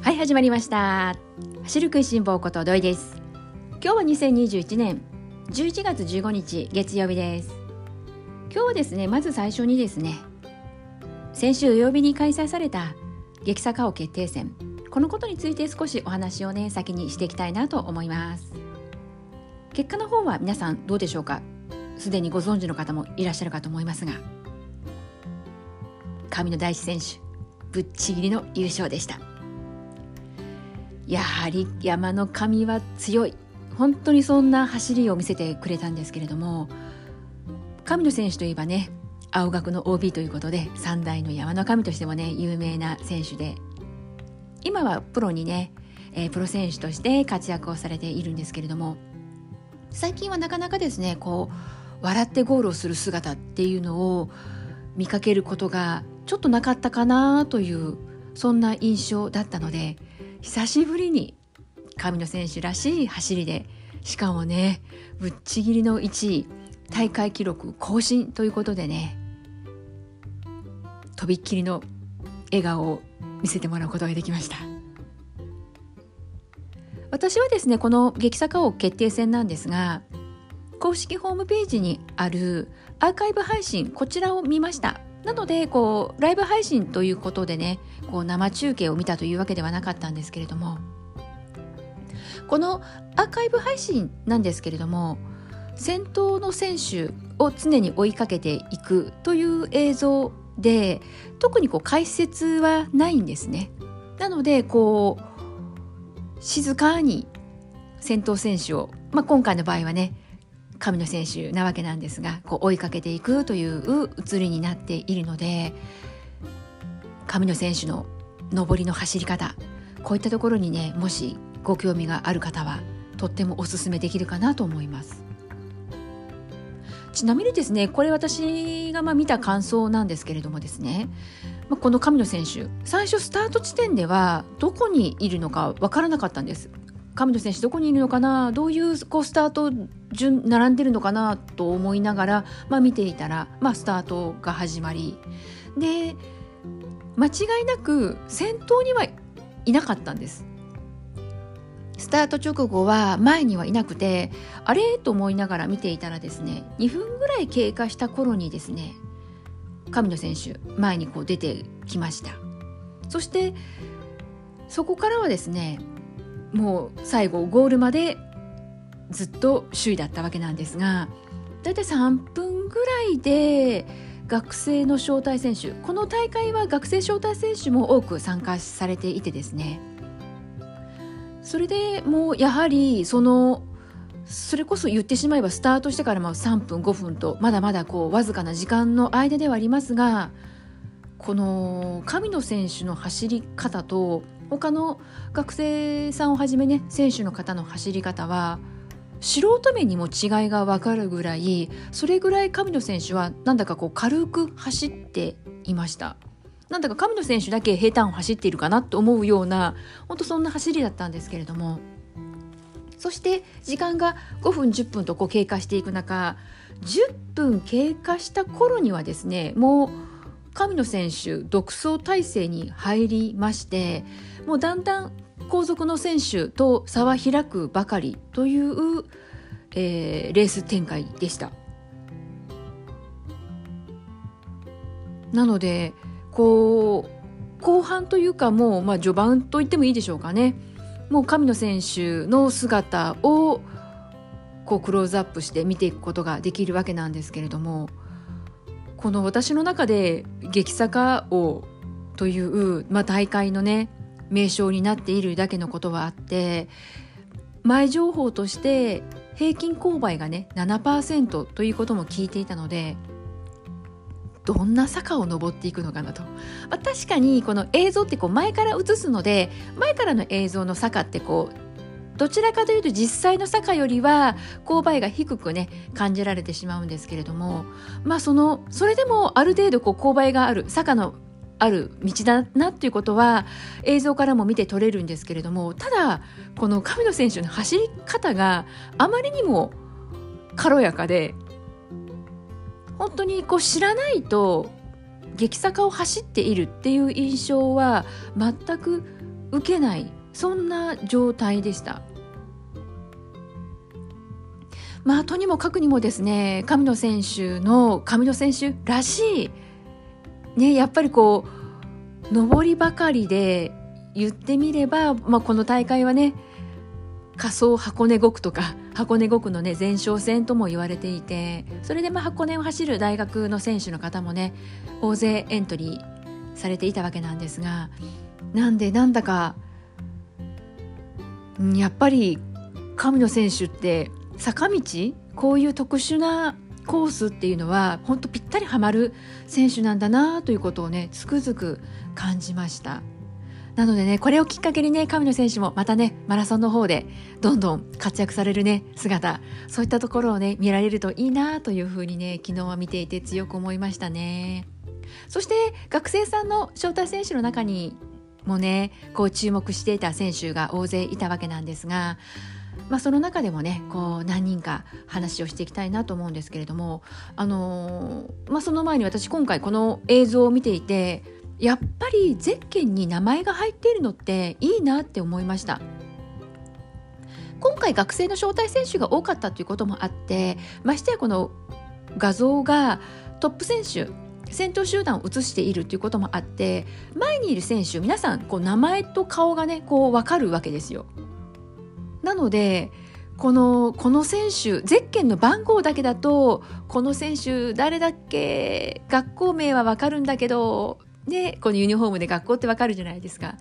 はい、始まりました。走る食いしん坊こと土井です。今日は2021年11月15日月曜日です。今日はですね、まず最初にですね、先週土曜日に開催された激坂王決定戦、このことについて少しお話をね、先にしていきたいなと思います。結果の方は皆さんどうでしょうか。すでにご存知の方もいらっしゃるかと思いますが、神野大地選手ぶっちぎりの優勝でした。やはり山の神は強い、本当にそんな走りを見せてくれたんですけれども、神野選手といえばね、青学の OB ということで三代の山の神としてもね有名な選手で、今はプロにね、プロ選手として活躍をされているんですけれども、最近はなかなかですね、こう笑ってゴールをする姿っていうのを見かけることがちょっとなかったかなという、そんな印象だったので、久しぶりに神野選手らしい走りで、しかもねぶっちぎりの1位、大会記録更新ということでね、とびっきりの笑顔を見せてもらうことができました。私はですね、この激坂王決定戦なんですが、公式ホームページにあるアーカイブ配信、こちらを見ました。なのでこうライブ配信ということでね、こう生中継を見たというわけではなかったんですけれども、このアーカイブ配信なんですけれども、先頭の選手を常に追いかけていくという映像で、特にこう解説はないんですね。なのでこう静かに先頭選手を、今回の場合はね神野選手なわけなんですが、こう追いかけていくという映りになっているので、神野選手の上りの走り方、こういったところにね、もしご興味がある方はとってもおすすめできるかなと思います。ちなみにですね、これ私が見た感想なんですけれどもですね、この神野選手、最初スタート地点ではどこにいるのかわからなかったんです。神野選手どこにいるのかな、どういうこうスタート順並んでるのかなと思いながら、見ていたら、スタートが始まりで、間違いなく先頭にはいなかったんです。スタート直後は前にはいなくて、あれと思いながら見ていたらですね、2分ぐらい経過した頃にですね、神野選手前にこう出てきました。そしてそこからはですね、もう最後ゴールまでずっと首位だったわけなんですが、だいたい3分ぐらいで学生の招待選手、この大会は学生招待選手も多く参加されていてですね、それでもうやはりそれこそ言ってしまえばスタートしてからも3分5分とまだまだこうわずかな時間の間ではありますが、この神野選手の走り方と他の学生さんをはじめね、選手の方の走り方は素人目にも違いが分かるぐらい、それぐらい神野選手はなんだかこう軽く走っていました。なんだか神野選手だけ平坦を走っているかなと思うような、本当そんな走りだったんですけれども、そして時間が5分10分とこう経過していく中、10分経過した頃にはですね、もう神野選手独走態勢に入りまして、もうだんだん後続の選手と差は開くばかりという、レース展開でした。なのでこう後半というか、もう序盤と言ってもいいでしょうかね、もう神野選手の姿をこうクローズアップして見ていくことができるわけなんですけれども、この私の中で激坂王という、大会のね名称になっているだけのことはあって、前情報として平均勾配がね 7% ということも聞いていたので、どんな坂を登っていくのかなと、確かにこの映像ってこう前から映すので、前からの映像の坂ってこうどちらかというと実際の坂よりは勾配が低くね感じられてしまうんですけれども、それでもある程度こう勾配がある坂のある道だなっていうことは映像からも見て取れるんですけれども、ただこの神野選手の走り方があまりにも軽やかで、本当にこう知らないと激坂を走っているっていう印象は全く受けない、そんな状態でした。とにもかくにもですね、神野選手らしい、やっぱり上りばかりで言ってみれば、この大会はね、仮想箱根5区とか箱根5区のね前哨戦とも言われていて、それで箱根を走る大学の選手の方もね大勢エントリーされていたわけなんですが、なんだかやっぱり神野選手って坂道、こういう特殊なコースっていうのは本当ぴったりはまる選手なんだなということをねつくづく感じました。なのでね、これをきっかけにね、神野選手もまたねマラソンの方でどんどん活躍されるね姿、そういったところをね見られるといいなというふうにね昨日は見ていて強く思いましたね。そして学生さんの招待選手の中にもね注目していた選手が大勢いたわけなんですが、その中でもね何人か話をしていきたいなと思うんですけれども、その前に私今回この映像を見ていて、やっぱりゼッケンに名前が入っているのっていいなって思いました。今回学生の招待選手が多かったということもあって、ましてやこの画像がトップ選手先頭集団を映しているということもあって、前にいる選手皆さん名前と顔がね分かるわけですよ。なのでこの選手ゼッケンの番号だけだとこの選手誰だっけ、学校名は分かるんだけどでこのユニフォームで学校って分かるじゃないですか。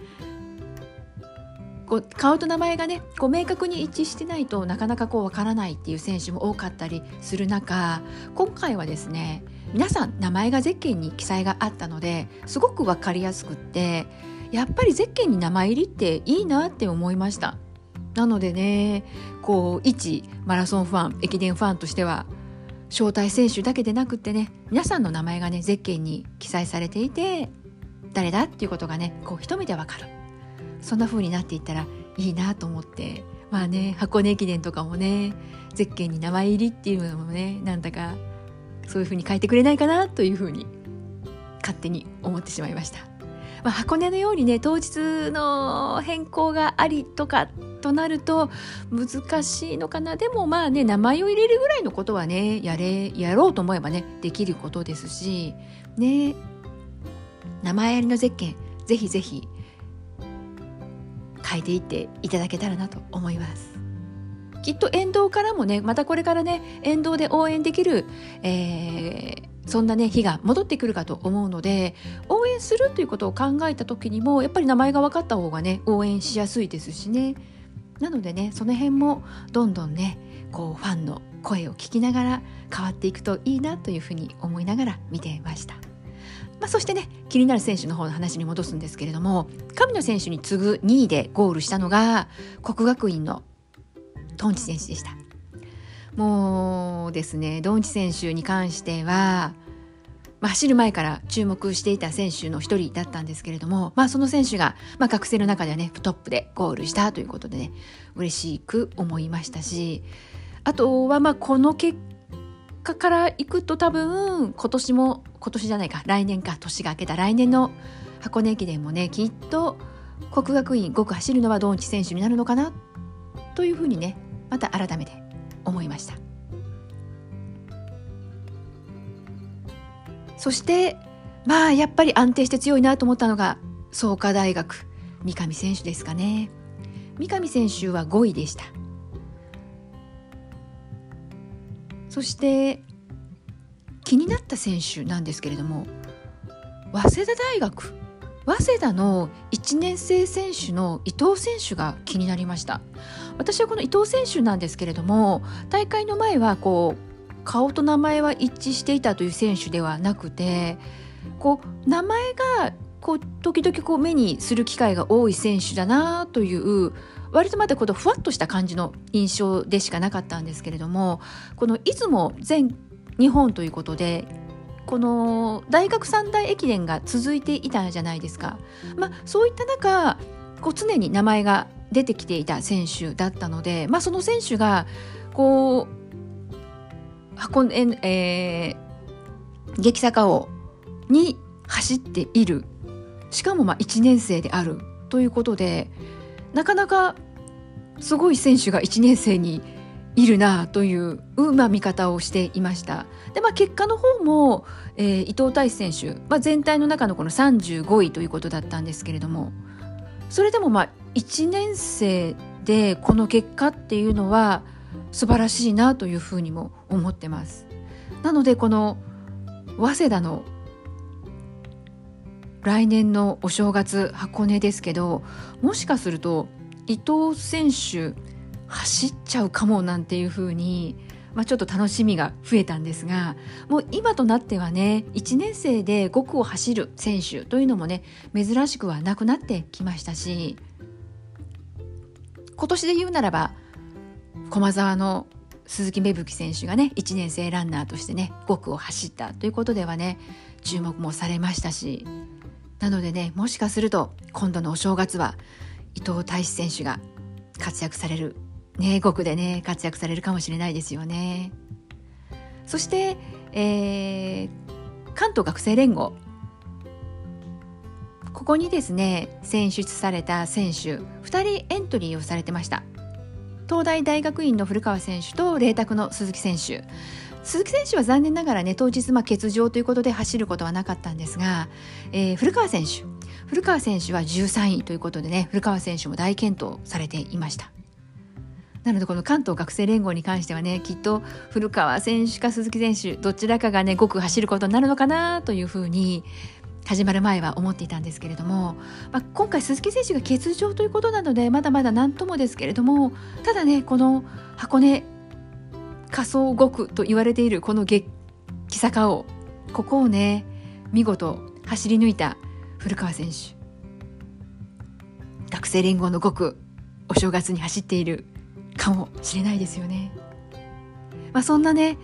顔と名前がね明確に一致してないとなかなか分からないっていう選手も多かったりする中、今回はですね皆さん名前がゼッケンに記載があったのですごく分かりやすくって、やっぱりゼッケンに名前入りっていいなって思いました。なのでね一マラソンファン駅伝ファンとしては招待選手だけでなくってね、皆さんの名前がねゼッケンに記載されていて誰だっていうことがね一目でわかる、そんな風になっていったらいいなと思って、箱根駅伝とかもねゼッケンに名前入りっていうのもねなんだかそういう風に書いてくれないかなという風に勝手に思ってしまいました。箱根のようにね当日の変更がありとかとなると難しいのかな。でも名前を入れるぐらいのことはねやろうと思えばねできることですしね、名前入りのゼッケンぜひぜひ書いていっていただけたらなと思います。きっと沿道からもねまたこれからね沿道で応援できる、そんなね日が戻ってくるかと思うので、応援するということを考えた時にもやっぱり名前が分かった方がね応援しやすいですしね。なのでねその辺もどんどんねファンの声を聞きながら変わっていくといいなというふうに思いながら見ていました。そしてね気になる選手の方の話に戻すんですけれども、神野選手に次ぐ2位でゴールしたのが國學院のドンチ選手でした。もうですねドンチ選手に関しては、走る前から注目していた選手の一人だったんですけれども、その選手が、学生の中ではねトップでゴールしたということでね嬉しく思いましたし、あとはこの結果からいくと多分来年か、年が明けた来年の箱根駅伝もねきっと國學院5区走るのはドンチ選手になるのかなというふうにねまた改めて思いました。そしてやっぱり安定して強いなと思ったのが創価大学三上選手ですかね。三上選手は5位でした。そして気になった選手なんですけれども、早稲田大学早稲田の1年生選手の伊藤選手が気になりました。私はこの伊藤選手なんですけれども、大会の前は顔と名前は一致していたという選手ではなくて、名前が時々目にする機会が多い選手だなという割とまだふわっとした感じの印象でしかなかったんですけれども、この出雲全日本ということでこの大学三大駅伝が続いていたじゃないですか。そういった中常に名前が出てきていた選手だったので、その選手が激坂王に走っている、しかも1年生であるということで、なかなかすごい選手が1年生にいるなという見方をしていました。で、結果の方も、伊藤大志選手、全体の中のこの35位ということだったんですけれども、それでも1年生でこの結果っていうのは素晴らしいなというふうにも思ってます。なのでこの早稲田の来年のお正月箱根ですけど、もしかすると伊藤選手走っちゃうかもなんていう風に、ちょっと楽しみが増えたんですが、もう今となってはね、1年生で5区を走る選手というのもね、珍しくはなくなってきましたし、今年で言うならば駒澤の鈴木芽吹選手がね、1年生ランナーとしてね5区を走ったということではね、注目もされましたし、なのでね、もしかすると今度のお正月は伊藤大志選手が活躍されるね、5区でね活躍されるかもしれないですよね。そして、関東学生連合、ここにですね選出された選手2人エントリーをされてました。東大大学院の古川選手と麗澤の鈴木選手。鈴木選手は残念ながらね、当日欠場ということで走ることはなかったんですが、古川選手は13位ということでね、古川選手も大健闘されていました。なのでこの関東学生連合に関してはね、きっと古川選手か鈴木選手どちらかがね5区走ることになるのかなというふうに始まる前は思っていたんですけれども、今回鈴木選手が欠場ということなのでまだまだ何ともですけれども、ただね、この箱根仮想5区と言われているこの激坂を、ここをね見事走り抜いた古川選手、学生連合の5区お正月に走っているかもしれないですよね。そんなね、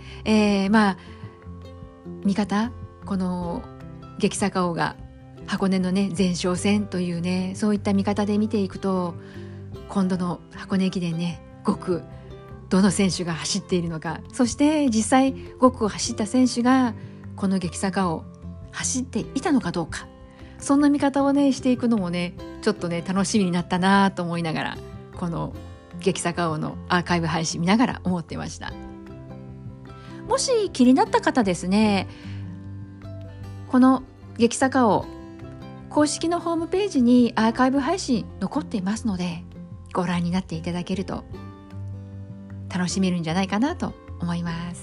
見方、この激坂王が箱根のね前哨戦というね、そういった見方で見ていくと、今度の箱根駅伝ね5区どの選手が走っているのか、そして実際5区を走った選手がこの激坂を走っていたのかどうか、そんな見方をねしていくのもね、ちょっとね楽しみになったなと思いながら、この激坂王のアーカイブ配信見ながら思ってました。もし気になった方ですね、この激坂王公式のホームページにアーカイブ配信残っていますので、ご覧になっていただけると楽しめるんじゃないかなと思います。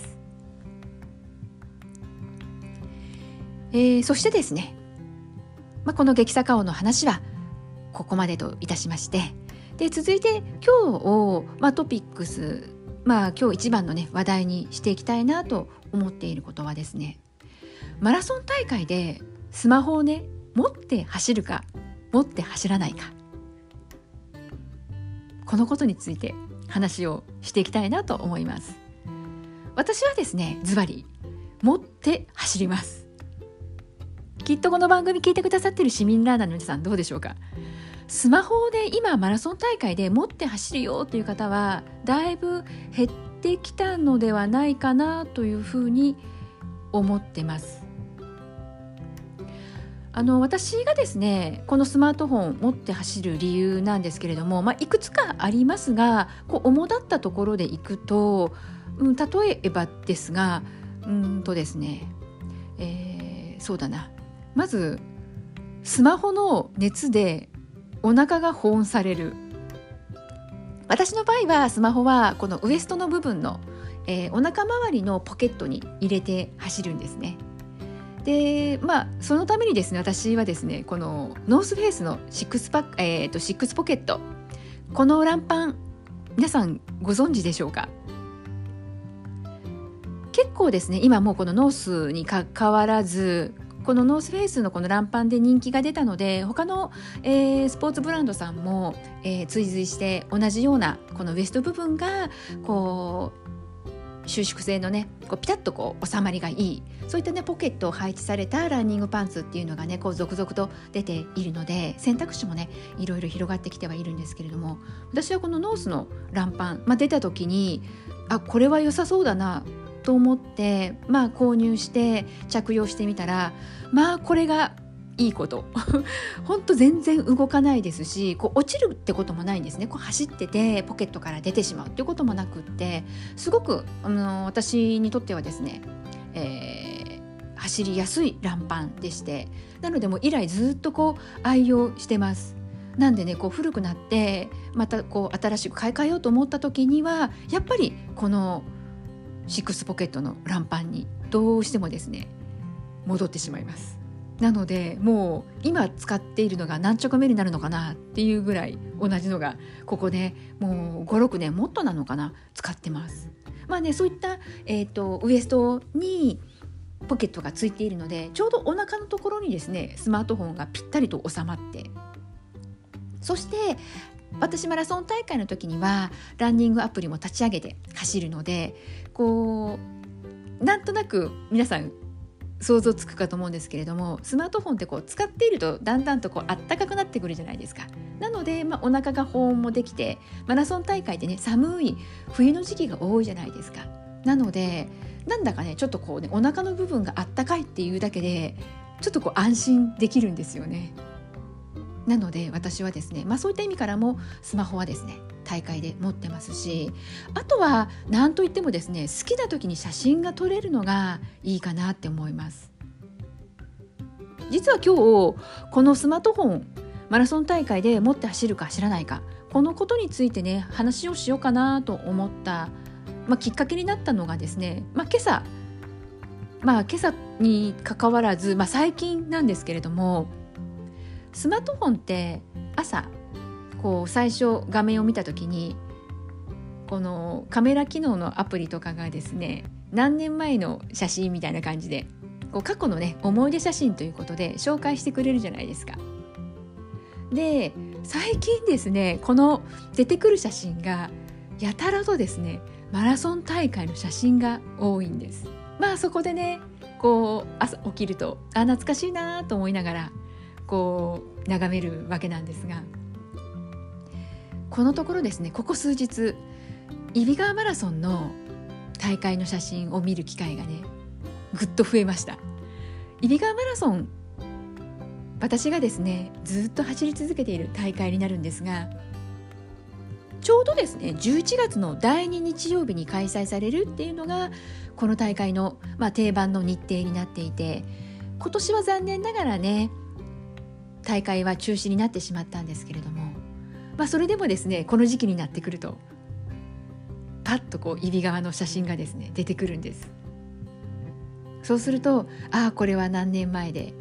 そしてですね、この激坂王の話はここまでといたしまして、で続いて今日トピックス、今日一番のね話題にしていきたいなと思っていることはですね、マラソン大会でスマホをね持って走るか持って走らないか、このことについて話をしていきたいなと思います。私はですね、ズバリ持って走ります。きっとこの番組聞いてくださっている市民ランナーの皆さんどうでしょうか。スマホで今マラソン大会で持って走るよという方はだいぶ減ってきたのではないかなというふうに思ってます。私がですねこのスマートフォンを持って走る理由なんですけれども、いくつかありますが、主だったところでいくと、例えばですがですね、そうだな、まずスマホの熱でお腹が保温される。私の場合はスマホはこのウエストの部分の、お腹周りのポケットに入れて走るんですね。でそのためにですね、私はですねこのノースフェイスのシックスポケット、このランパン皆さんご存知でしょうか。結構ですね今もうこのノースにかかわらず、このノースフェイスのこのランパンで人気が出たので、他の、スポーツブランドさんも、追随して同じようなこのウエスト部分がこう収縮性のねピタッと収まりがいい、そういったねポケットを配置されたランニングパンツっていうのがね続々と出ているので、選択肢もねいろいろ広がってきてはいるんですけれども、私はこのノースのランパン、出た時にこれは良さそうだなと思って、購入して着用してみたら、これがいいこと本当全然動かないですし、こう落ちるってこともないんですね。こう走っててポケットから出てしまうっていうこともなくって、すごく私にとってはですね、走りやすいランパンでして、なのでもう以来ずっとこう愛用してます。なんでね、こう古くなってまたこう新しく買い替えようと思った時にはやっぱりこのシックスポケットのランパンにどうしてもですね戻ってしまいます。なのでもう今使っているのが何着目になるのかなっていうぐらい同じのがここでもう 5,6 年もっとなのかな使ってます。まあね、そういった、ウエストにポケットがついているので、ちょうどお腹のところにですねスマートフォンがぴったりと収まって、そして私マラソン大会の時にはランニングアプリも立ち上げて走るので、こうなんとなく皆さん想像つくかと思うんですけれども、スマートフォンってこう使っているとだんだんとこうあったかくなってくるじゃないですか。なので、お腹が保温もできて、マラソン大会でね寒い冬の時期が多いじゃないですか。なのでなんだかねちょっとこうねお腹の部分があったかいっていうだけでちょっとこう安心できるんですよね。なので私はですね、そういった意味からもスマホはですね大会で持ってますし、あとは何といってもですね好きな時に写真が撮れるのがいいかなって思います。実は今日このスマートフォンマラソン大会で持って走るか走らないか、このことについてね話をしようかなと思った、きっかけになったのがですね、今朝に関わらず、最近なんですけれども、スマートフォンって朝こう最初画面を見た時にこのカメラ機能のアプリとかがですね何年前の写真みたいな感じでこう過去のね思い出写真ということで紹介してくれるじゃないですか。で最近ですねこの出てくる写真がやたらとですねマラソン大会の写真が多いんです。そこでねこう朝起きると懐かしいなと思いながらこう眺めるわけなんですが、このところですねここ数日揖斐川マラソンの大会の写真を見る機会がねぐっと増えました。揖斐川マラソン、私がですねずっと走り続けている大会になるんですが、ちょうどですね11月の第2日曜日に開催されるっていうのがこの大会の、定番の日程になっていて、今年は残念ながらね大会は中止になってしまったんですけれども、それでもですねこの時期になってくるとパッとこう揖斐川の写真がですね出てくるんです。そうするとこれは何年前で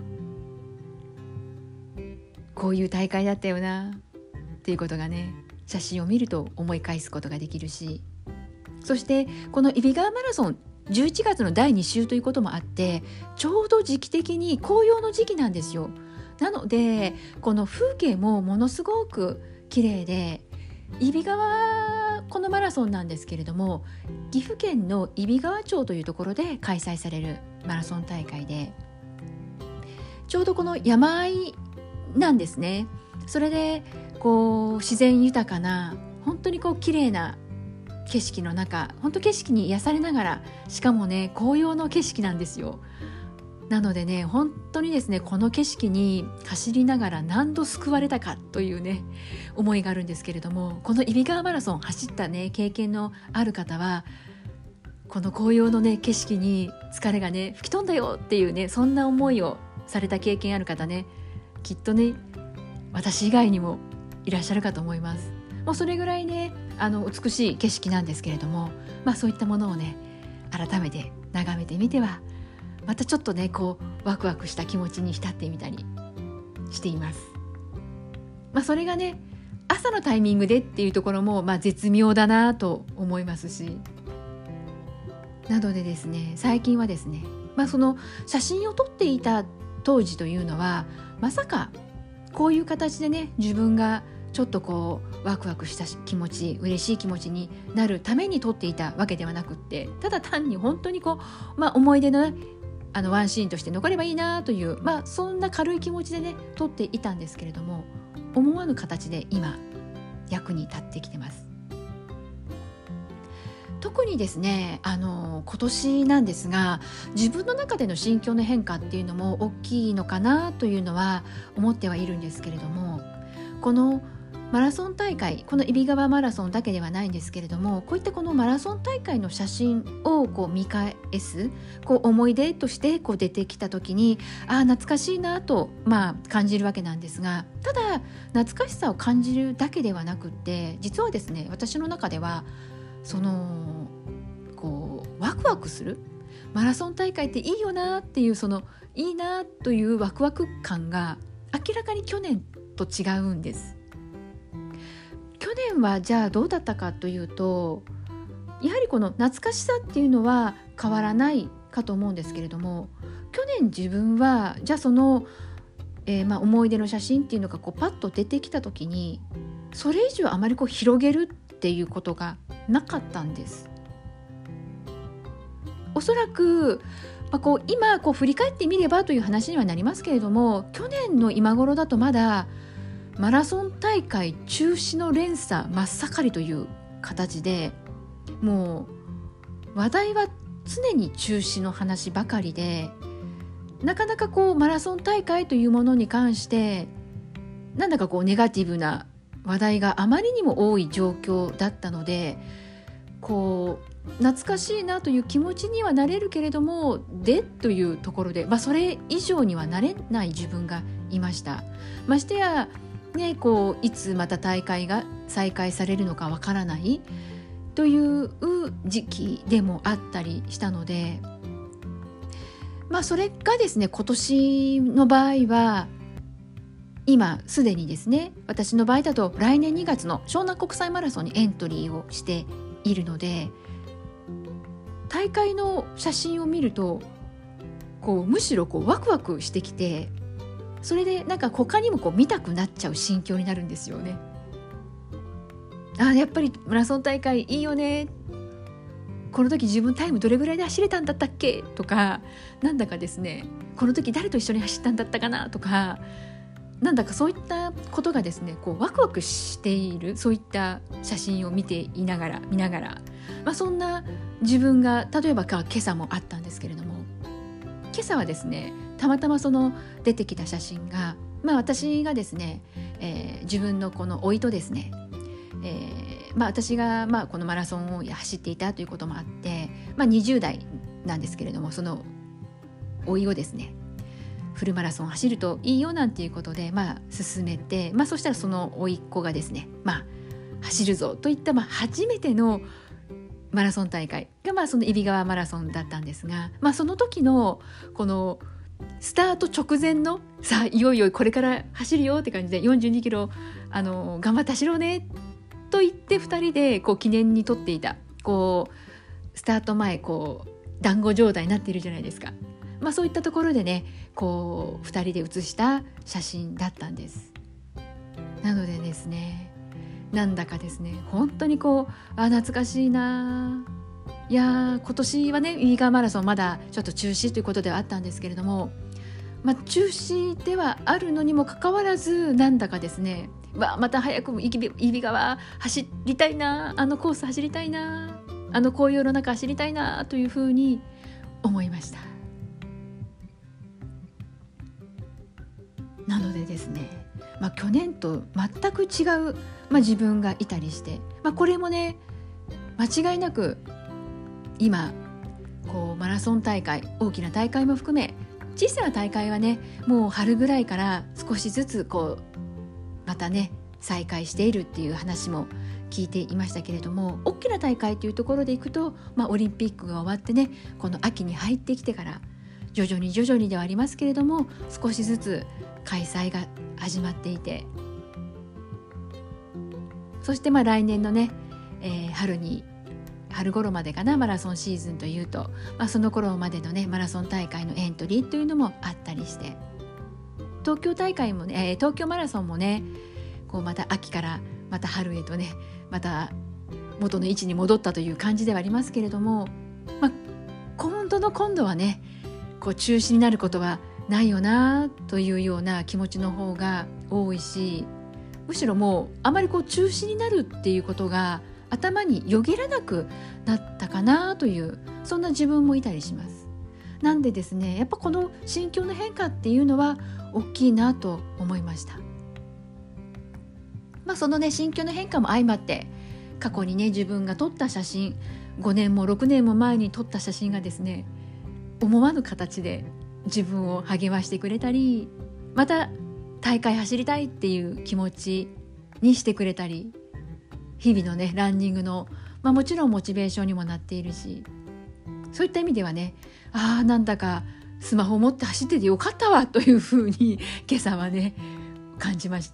こういう大会だったよなっていうことがね写真を見ると思い返すことができるし、そしてこの揖斐川マラソン11月の第2週ということもあってちょうど時期的に紅葉の時期なんですよ。なのでこの風景もものすごく綺麗で、揖斐川このマラソンなんですけれども岐阜県の揖斐川町というところで開催されるマラソン大会で、ちょうどこの山あいなんですね。それでこう自然豊かな本当にこう綺麗な景色の中、本当景色に癒されながら、しかもね紅葉の景色なんですよ。なのでね本当にですねこの景色に走りながら何度救われたかというね思いがあるんですけれども、この揖斐川マラソン走ったね経験のある方はこの紅葉のね景色に疲れがね吹き飛んだよっていうねそんな思いをされた経験ある方ねきっとね私以外にもいらっしゃるかと思います。もうそれぐらいね美しい景色なんですけれども、そういったものをね改めて眺めてみてはまたちょっとねこうワクワクした気持ちに浸ってみたりしています。それがね朝のタイミングでっていうところも絶妙だなと思いますし、なのでですね最近はですね、その写真を撮っていた当時というのはまさかこういう形でね自分がちょっとこうワクワクした気持ち、嬉しい気持ちになるために撮っていたわけではなくって、ただ単に本当にこう、思い出のワンシーンとして残ればいいなという、そんな軽い気持ちでね撮っていたんですけれども、思わぬ形で今役に立ってきてます。 特にですね今年なんですが、自分の中での心境の変化っていうのも大きいのかなというのは思ってはいるんですけれども、このマラソン大会、この揖斐川マラソンだけではないんですけれども、こういったこのマラソン大会の写真を見返す思い出として出てきた時に、懐かしいなと、感じるわけなんですが、ただ懐かしさを感じるだけではなくって、実はですね、私の中ではワクワクする、マラソン大会っていいよなっていう、いいなというワクワク感が明らかに去年と違うんです。去年はじゃあどうだったかというと、やはりこの懐かしさっていうのは変わらないかと思うんですけれども、去年自分はじゃあ思い出の写真っていうのがパッと出てきた時に、それ以上あまり広げるっていうことがなかったんです。おそらく、今振り返ってみればという話にはなりますけれども、去年の今頃だとまだマラソン大会中止の連鎖真っ盛りという形で、もう話題は常に中止の話ばかりで、なかなかマラソン大会というものに関してなんだかネガティブな話題があまりにも多い状況だったので、懐かしいなという気持ちにはなれるけれども、というところで、それ以上にはなれない自分がいました。ましてやね、いつまた大会が再開されるのかわからないという時期でもあったりしたので、それがですね、今年の場合は今すでにですね、私の場合だと来年2月の湘南国際マラソンにエントリーをしているので、大会の写真を見るとむしろワクワクしてきて、それで他にも見たくなっちゃう心境になるんですよね。やっぱりマラソン大会いいよね、この時自分タイムどれぐらいで走れたんだったっけとか、なんだかですね、この時誰と一緒に走ったんだったかなとか、なんだかそういったことがですね、ワクワクしている、そういった写真を見ながら、そんな自分が例えば今朝もあったんですけれども、今朝はですね、たまたま出てきた写真が、私がですね、自分の老いとですね、私がこのマラソンを走っていたということもあって、20代なんですけれども、その老いをですね、フルマラソン走るといいよなんていうことで進めて、そしたらその甥っ子がですね、走るぞといった初めてのマラソン大会がその揖斐川マラソンだったんですが、その時のこのスタート直前のさあいよいよこれから走るよって感じで42キロ頑張って走ろうねと言って2人で記念に撮っていたスタート前団子状態になっているじゃないですか。そういったところでね2人で写した写真だったんです。なのでですね、なんだかですね、本当に懐かしいな。いや今年はね揖斐川マラソンまだちょっと中止ということではあったんですけれども、中止ではあるのにもかかわらず、なんだかですね、また早く揖斐川走りたいな、コース走りたいな、紅葉の中走りたいなというふうに思いました。なのでですね、去年と全く違う、自分がいたりして、これもね間違いなく今マラソン大会、大きな大会も含め小さな大会はねもう春ぐらいから少しずつまたね再開しているっていう話も聞いていましたけれども、大きな大会というところでいくと、オリンピックが終わってねこの秋に入ってきてから徐々にではありますけれども少しずつ開催が始まっていて、そして来年のね、春頃までかな、マラソンシーズンというと、その頃までのねマラソン大会のエントリーというのもあったりして、東京大会もね、東京マラソンもねまた秋からまた春へとねまた元の位置に戻ったという感じではありますけれども、今度はね中止になることはないよなというような気持ちの方が多いし、むしろもうあまり中止になるっていうことが頭によぎらなくなったかなという、そんな自分もいたりします。なんでですね、やっぱこの心境の変化っていうのは大きいなと思いました。そのね心境の変化も相まって、過去にね自分が撮った写真、5年も6年も前に撮った写真がですね、思わぬ形で自分を励ましてくれたり、また大会走りたいっていう気持ちにしてくれたり、日々のねランニングの、もちろんモチベーションにもなっているし、そういった意味ではね、なんだかスマホを持って走っててよかったわというふうに今朝はね感じました。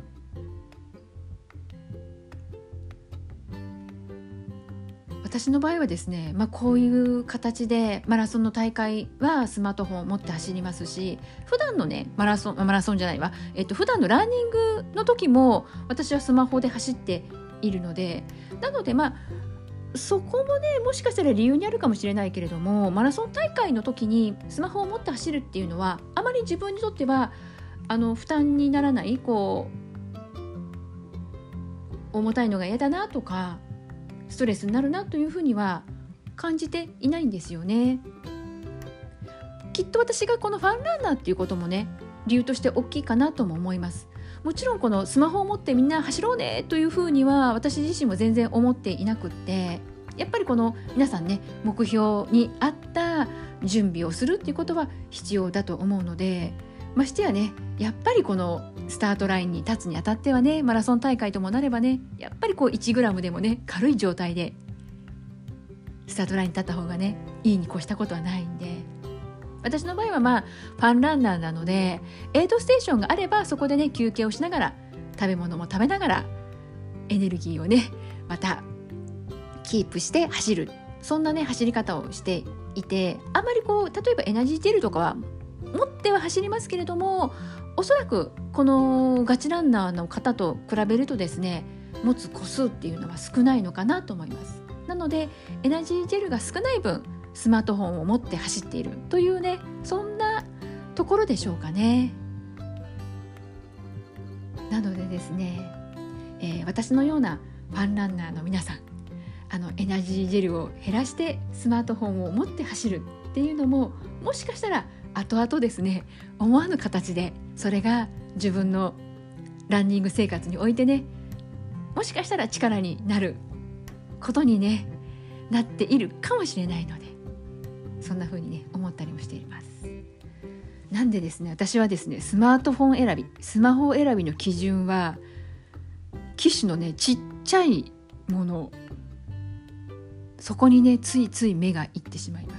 私の場合はですね、こういう形でマラソンの大会はスマートフォンを持って走りますし、普段のねマラソンじゃないわ、普段のランニングの時も私はスマホで走っているので、なのでそこもねもしかしたら理由にあるかもしれないけれども、マラソン大会の時にスマホを持って走るっていうのはあまり自分にとっては負担にならない、重たいのが嫌だなとかストレスになるなというふうには感じていないんですよね。きっと私がこのファンランナーっていうこともね理由として大きいかなとも思います。もちろんこのスマホを持ってみんな走ろうねというふうには私自身も全然思っていなくって、やっぱりこの皆さんね目標に合った準備をするっていうことは必要だと思うので、ましてやねやっぱりこのスタートラインに立つにあたってはね、マラソン大会ともなればね、やっぱり1グラムでもね軽い状態でスタートラインに立った方がねいいに越したことはないんで、私の場合はファンランナーなのでエイドステーションがあればそこでね休憩をしながら食べ物も食べながらエネルギーをねまたキープして走る、そんなね走り方をしていて、あまり例えばエナジージェルとかは持っては走りますけれども、おそらくこのガチランナーの方と比べるとですね持つ個数っていうのは少ないのかなと思います。なのでエナジージェルが少ない分スマートフォンを持って走っているというね、そんなところでしょうかね。なのでですね、私のようなファンランナーの皆さん、エナジージェルを減らしてスマートフォンを持って走るっていうのも、もしかしたら後々ですね思わぬ形でそれが自分のランニング生活においてね、もしかしたら力になることにねなっているかもしれないので、そんな風にね思ったりもしています。なんでですね、私はですねスマホ選びの基準は機種のねちっちゃいもの、そこにねついつい目がいってしまいます。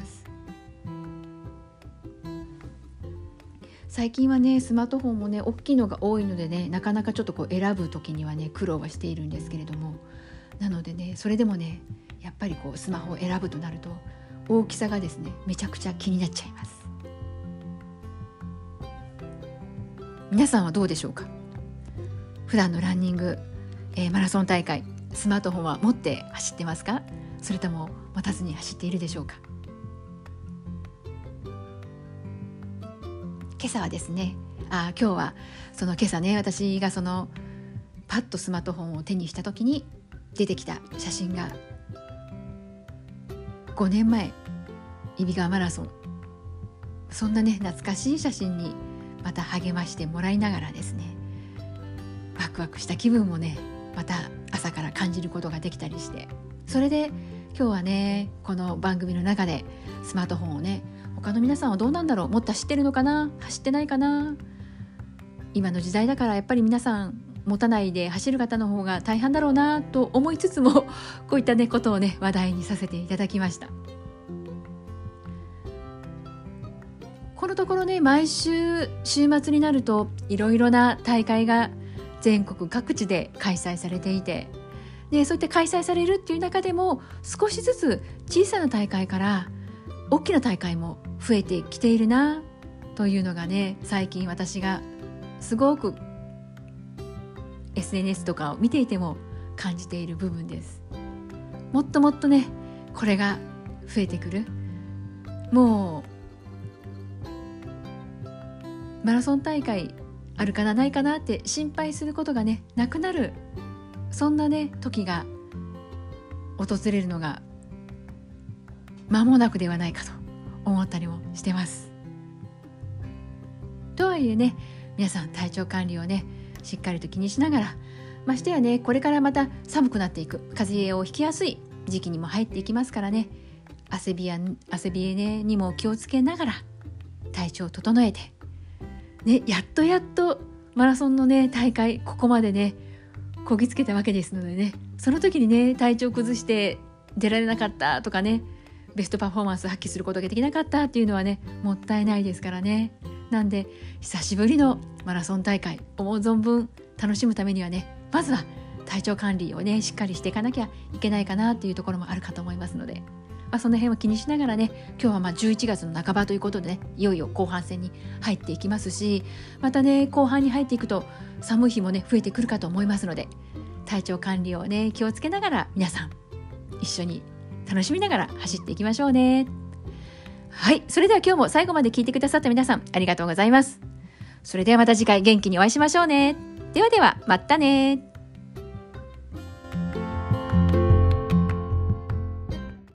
最近はねスマートフォンもね大きいのが多いのでね、なかなかちょっと選ぶ時にはね苦労はしているんですけれども、なのでねそれでもねやっぱりスマホを選ぶとなると大きさがですねめちゃくちゃ気になっちゃいます。皆さんはどうでしょうか。普段のランニング、マラソン大会、スマートフォンは持って走ってますか？それとも持たずに走っているでしょうか。今朝はですね、今日はその今朝ね、私がパッとスマートフォンを手にした時に出てきた写真が5年前揖斐川マラソン、そんなね懐かしい写真にまた励ましてもらいながらですね、ワクワクした気分もねまた朝から感じることができたりして、それで今日はねこの番組の中でスマートフォンをね、他の皆さんはどうなんだろう、もっと走ってるのかな、走ってないかな、今の時代だからやっぱり皆さん持たないで走る方の方が大半だろうなと思いつつも、こういったねことをね話題にさせていただきました。このところね毎週末になるといろいろな大会が全国各地で開催されていて、でそうやって開催されるっていう中でも少しずつ小さな大会から大きな大会も増えてきているなというのがね、最近私がすごく SNS とかを見ていても感じている部分です。もっともっとねこれが増えてくる、もうマラソン大会あるかなないかなって心配することがねなくなる、そんなね時が訪れるのが間もなくではないかと思ったりもしてます。とはいえね、皆さん体調管理をねしっかりと気にしながら、ましてやねこれからまた寒くなっていく、風邪をひきやすい時期にも入っていきますからね、汗びえにも気をつけながら体調を整えてね、やっとマラソンのね大会ここまでねこぎつけたわけですのでね、その時にね体調崩して出られなかったとかね、ベストパフォーマンス発揮することができなかったっていうのはねもったいないですからね。なんで久しぶりのマラソン大会思う存分楽しむためにはね、まずは体調管理をねしっかりしていかなきゃいけないかなっていうところもあるかと思いますので、その辺を気にしながらね、今日は11月の半ばということでね、いよいよ後半戦に入っていきますし、またね後半に入っていくと寒い日もね増えてくるかと思いますので、体調管理をね気をつけながら皆さん一緒に楽しみながら走っていきましょうね。はい、それでは今日も最後まで聞いてくださった皆さんありがとうございます。それではまた次回元気にお会いしましょうね。ではまたね。